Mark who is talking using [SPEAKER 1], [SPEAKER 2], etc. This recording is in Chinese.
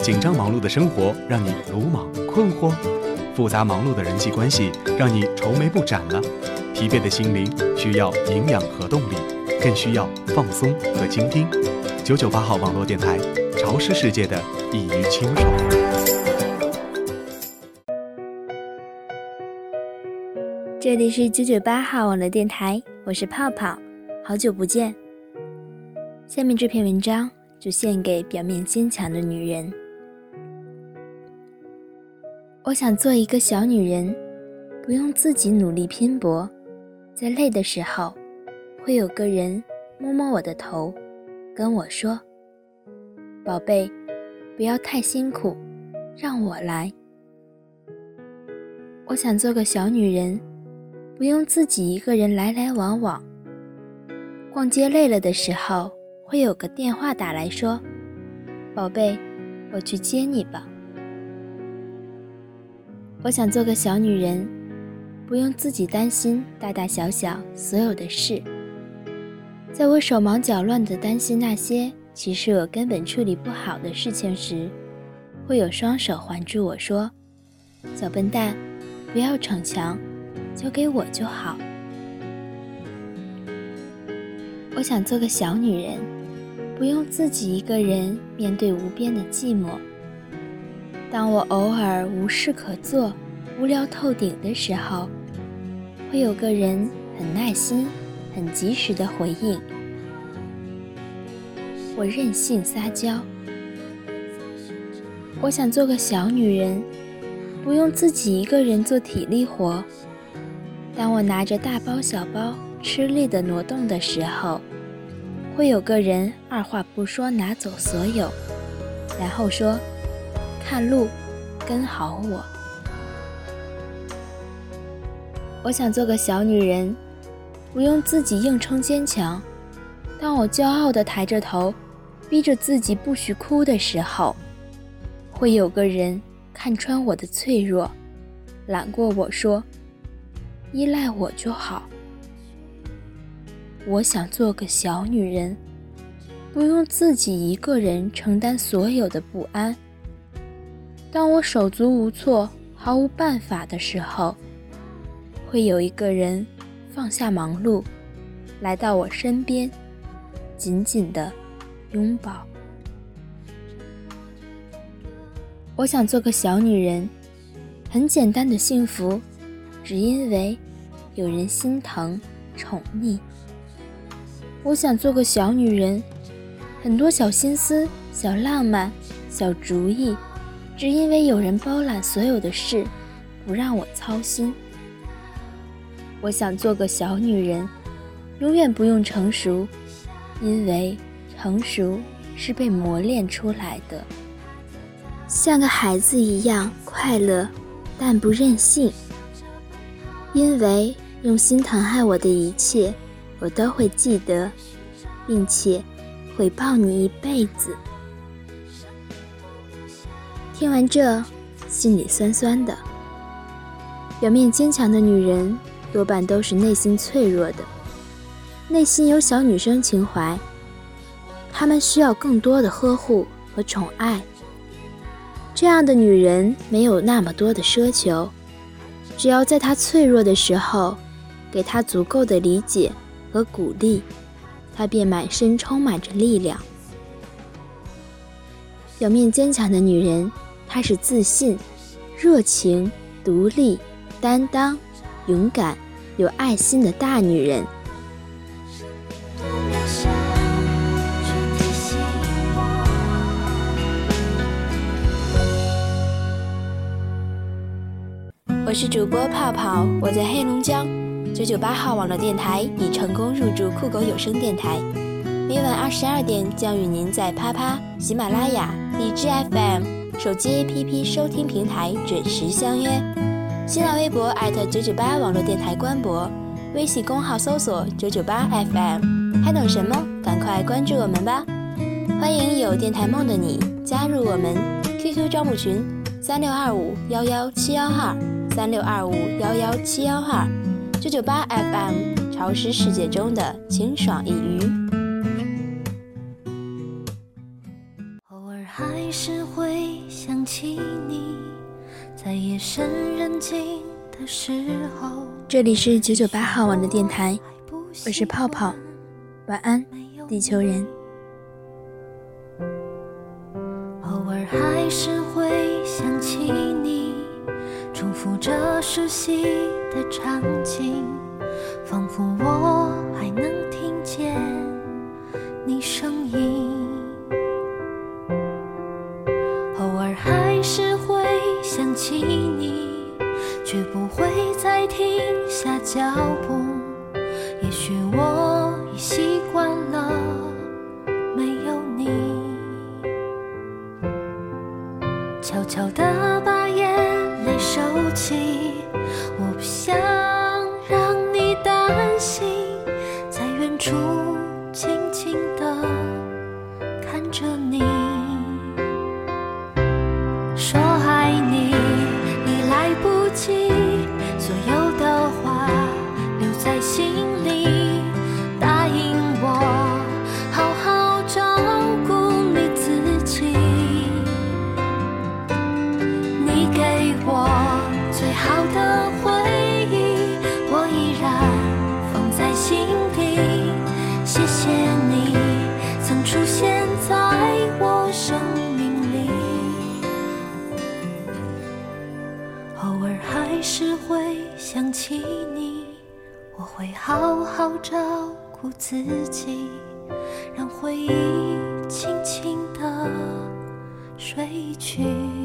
[SPEAKER 1] 紧张忙碌的生活让你鲁莽困惑，复杂忙碌的人际关系让你愁眉不展了。疲惫的心灵需要营养和动力，更需要放松和倾听。998号网络电台，潮湿世界的一隅清爽。
[SPEAKER 2] 这里是998号网络电台，我是泡泡，好久不见。下面这篇文章就献给表面坚强的女人。我想做一个小女人，不用自己努力拼搏，在累的时候，会有个人摸摸我的头，跟我说：“宝贝，不要太辛苦，让我来。”我想做个小女人，不用自己一个人来来往往。逛街累了的时候，会有个电话打来说：“宝贝，我去接你吧。”我想做个小女人，不用自己担心大大小小所有的事。在我手忙脚乱地担心那些其实我根本处理不好的事情时，会有双手环住我说：“小笨蛋，不要逞强，交给我就好。”我想做个小女人，不用自己一个人面对无边的寂寞。当我偶尔无事可做，无聊透顶的时候，会有个人很耐心很及时的回应。我任性撒娇。我想做个小女人，不用自己一个人做体力活。当我拿着大包小包吃力地挪动的时候，会有个人二话不说拿走所有，然后说：“看路，跟好我。”我想做个小女人，不用自己硬撑坚强。当我骄傲地抬着头，逼着自己不许哭的时候，会有个人看穿我的脆弱，揽过我说：“依赖我就好。”我想做个小女人，不用自己一个人承担所有的不安。当我手足无措毫无办法的时候，会有一个人放下忙碌，来到我身边，紧紧地拥抱。我想做个小女人，很简单的幸福，只因为有人心疼宠溺。我想做个小女人，很多小心思小浪漫小主意，只因为有人包揽所有的事，不让我操心。我想做个小女人，永远不用成熟，因为成熟是被磨练出来的。像个孩子一样快乐，但不任性，因为用心疼爱我的一切，我都会记得，并且回报你一辈子。听完这，心里酸酸的。表面坚强的女人多半都是内心脆弱的，内心有小女生情怀，她们需要更多的呵护和宠爱。这样的女人没有那么多的奢求，只要在她脆弱的时候，给她足够的理解和鼓励，她便满身充满着力量。表面坚强的女人，她是自信、热情、独立、担当、勇敢、有爱心的大女人。我是主播泡泡，我在黑龙江998号网络电台已成功入驻酷狗有声电台，每晚22点将与您在啪啪、喜马拉雅、荔枝 FM、手机 APP 收听平台准时相约。新浪微博@998网络电台官博，微信公号搜索998 FM， 还等什么？赶快关注我们吧！欢迎有电台梦的你加入我们 QQ 招募群3625-11712，3625-11712，998 FM， 潮湿世界中的清爽一隅。
[SPEAKER 3] 偶尔还还是会想起你，在夜深人静的时候。
[SPEAKER 2] 这里是998号网的电台，我是泡泡，晚安，地球人。
[SPEAKER 3] 偶尔还是会想起你，重复着熟悉的场景，仿佛我还能听见你声音。偶尔还是会想起你，却不会再停下脚步。也许我已习惯了没有你，悄悄地把眼泪收起，我不想让你担心，在远处静静地看着你。说爱你，你来不及，所有的话留在心里，答应我好好照顾你自己。你给我最好的回忆，我依然放在心底。谢谢你曾出现在我生命里，偶尔还是会想起你，我会好好照顾自己，让回忆轻轻地睡去。